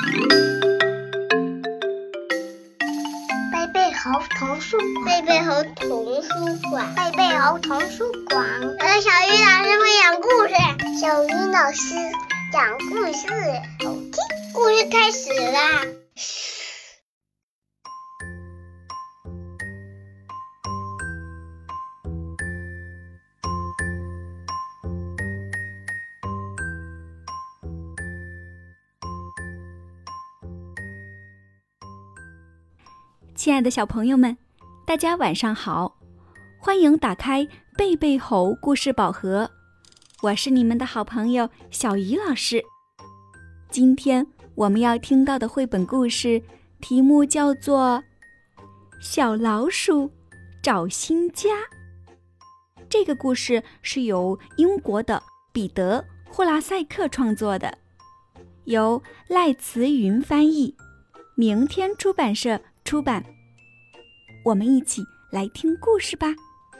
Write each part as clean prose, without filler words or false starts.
贝贝猴童书馆， 贝贝猴童书馆， 贝贝猴童书馆。 小鱼老师会讲故事， 小鱼老师讲故事， 好听。故事开始啦！ 亲爱的小朋友们，大家晚上好，欢迎打开贝贝猴故事宝盒，我是你们的好朋友小鱼老师。今天我们要听到的绘本故事题目叫做小老鼠找新家。这个故事是由英国的彼得·霍拉塞克创作的，由赖慈云翻译，明天出版社出版。我们一起来听故事吧。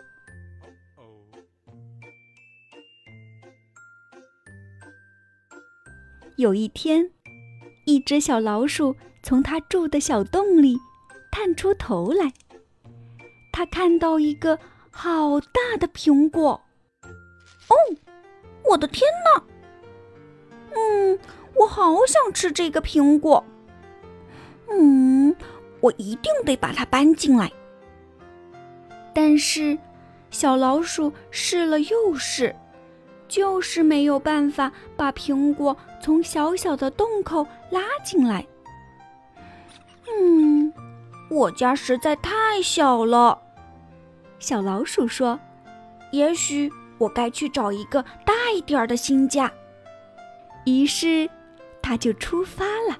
有一天，一只小老鼠从它住的小洞里探出头来，它看到一个好大的苹果。哦，我的天哪！我好想吃这个苹果。我一定得把它搬进来。但是小老鼠试了又试，就是没有办法把苹果从小小的洞口拉进来。我家实在太小了，小老鼠说，也许我该去找一个大一点的新家。于是它就出发了。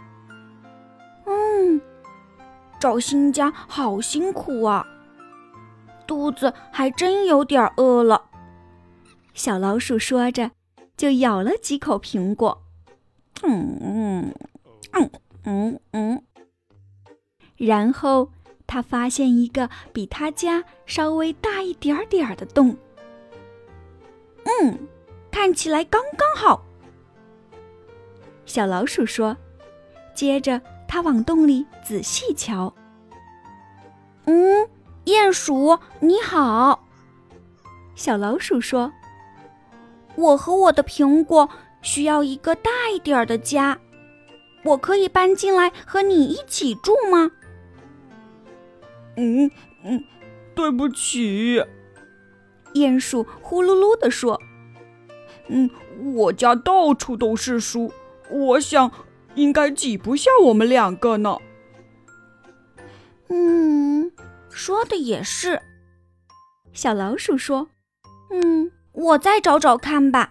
找新家好辛苦啊，肚子还真有点饿了。小老鼠说着，就咬了几口苹果。然后他发现一个比他家稍微大一点点的洞。看起来刚刚好，小老鼠说。接着他往洞里仔细瞧。鼹鼠你好，小老鼠说，我和我的苹果需要一个大一点的家，我可以搬进来和你一起住吗？ 对不起， 鼹鼠呼噜噜地说， 我家到处都是书，我想应该挤不下我们两个呢。 说的也是，小老鼠说，我再找找看吧。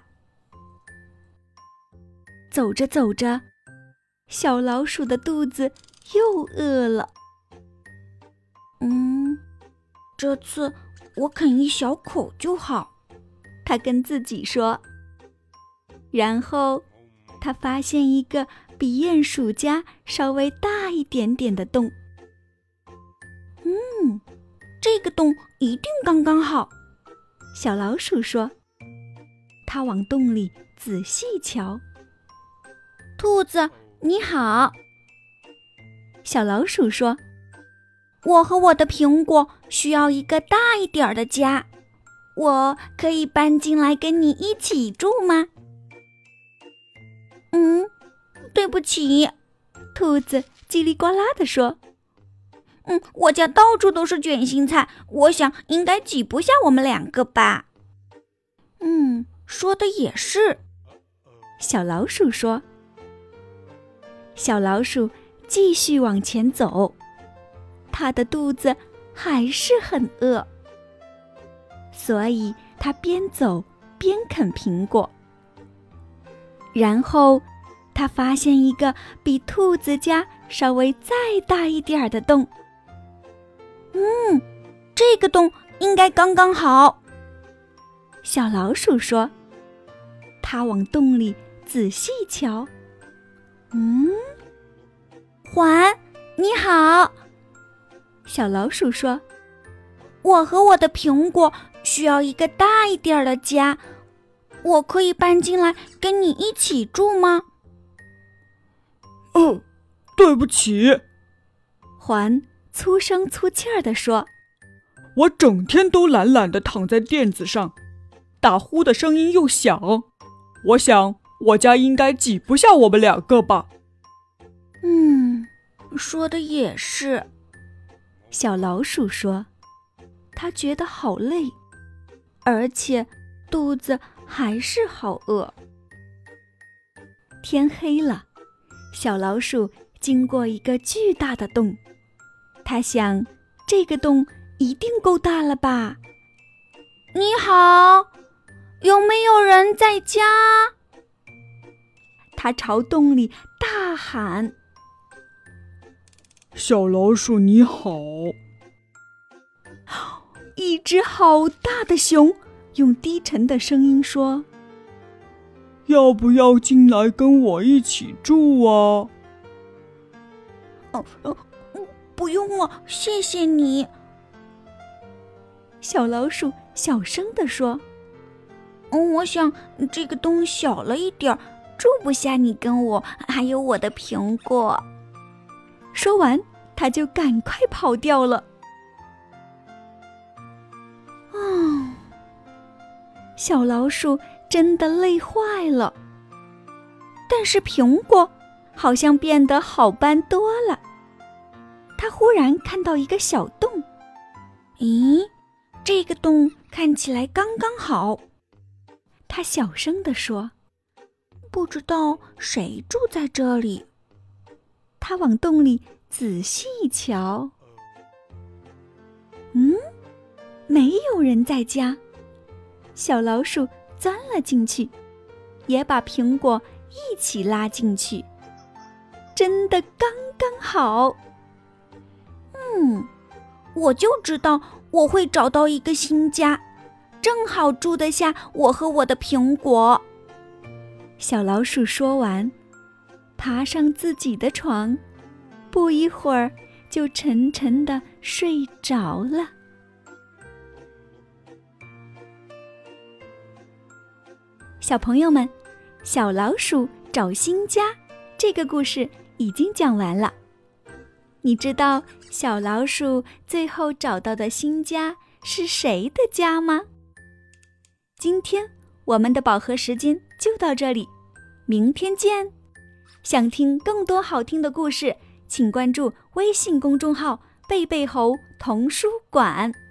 走着走着，小老鼠的肚子又饿了。这次我啃一小口就好，它跟自己说。然后它发现一个比鼹鼠家稍微大一点点的洞。这个洞一定刚刚好，小老鼠说。它往洞里仔细瞧。兔子你好，小老鼠说，我和我的苹果需要一个大一点的家，我可以搬进来跟你一起住吗？对不起，兔子叽里呱啦地说，我家到处都是卷心菜，我想应该挤不下我们两个吧。说的也是，小老鼠说。小老鼠继续往前走，它的肚子还是很饿，所以它边走边啃苹果。然后它发现一个比兔子家稍微再大一点的洞。这个洞应该刚刚好，小老鼠说。它往洞里仔细瞧。獾你好，小老鼠说，我和我的苹果需要一个大一点的家，我可以搬进来跟你一起住吗？ 哦，对不起。 獾粗声粗气儿地说： 我整天都懒懒地躺在垫子上，打呼的声音又响，我想我家应该挤不下我们2个吧。 说的也是。小老鼠说，它觉得好累，而且肚子还是好饿。天黑了，小老鼠经过一个巨大的洞，它想，这个洞一定够大了吧？你好，有没有人在家？它朝洞里大喊。 小老鼠你好。 一只好大的熊用低沉的声音说： 要不要进来跟我一起住啊？ 不用了，谢谢你。小老鼠小声地说：我想这个洞小了一点，住不下你跟我，还有我的苹果。说完，他就赶快跑掉了。小老鼠真的累坏了，但是苹果好像变得好搬多了。他忽然看到一个小洞，咦，这个洞看起来刚刚好。他小声地说：不知道谁住在这里。他往洞里仔细一瞧，没有人在家。小老鼠钻了进去，也把苹果一起拉进去，真的刚刚好。我就知道我会找到一个新家，正好住得下我和我的苹果。小老鼠说完，爬上自己的床，不一会儿就沉沉地睡着了。小朋友们，小老鼠找新家这个故事已经讲完了。你知道小老鼠最后找到的新家是谁的家吗？今天我们的宝盒时间就到这里，明天见。想听更多好听的故事，请关注微信公众号“贝贝猴童书馆”。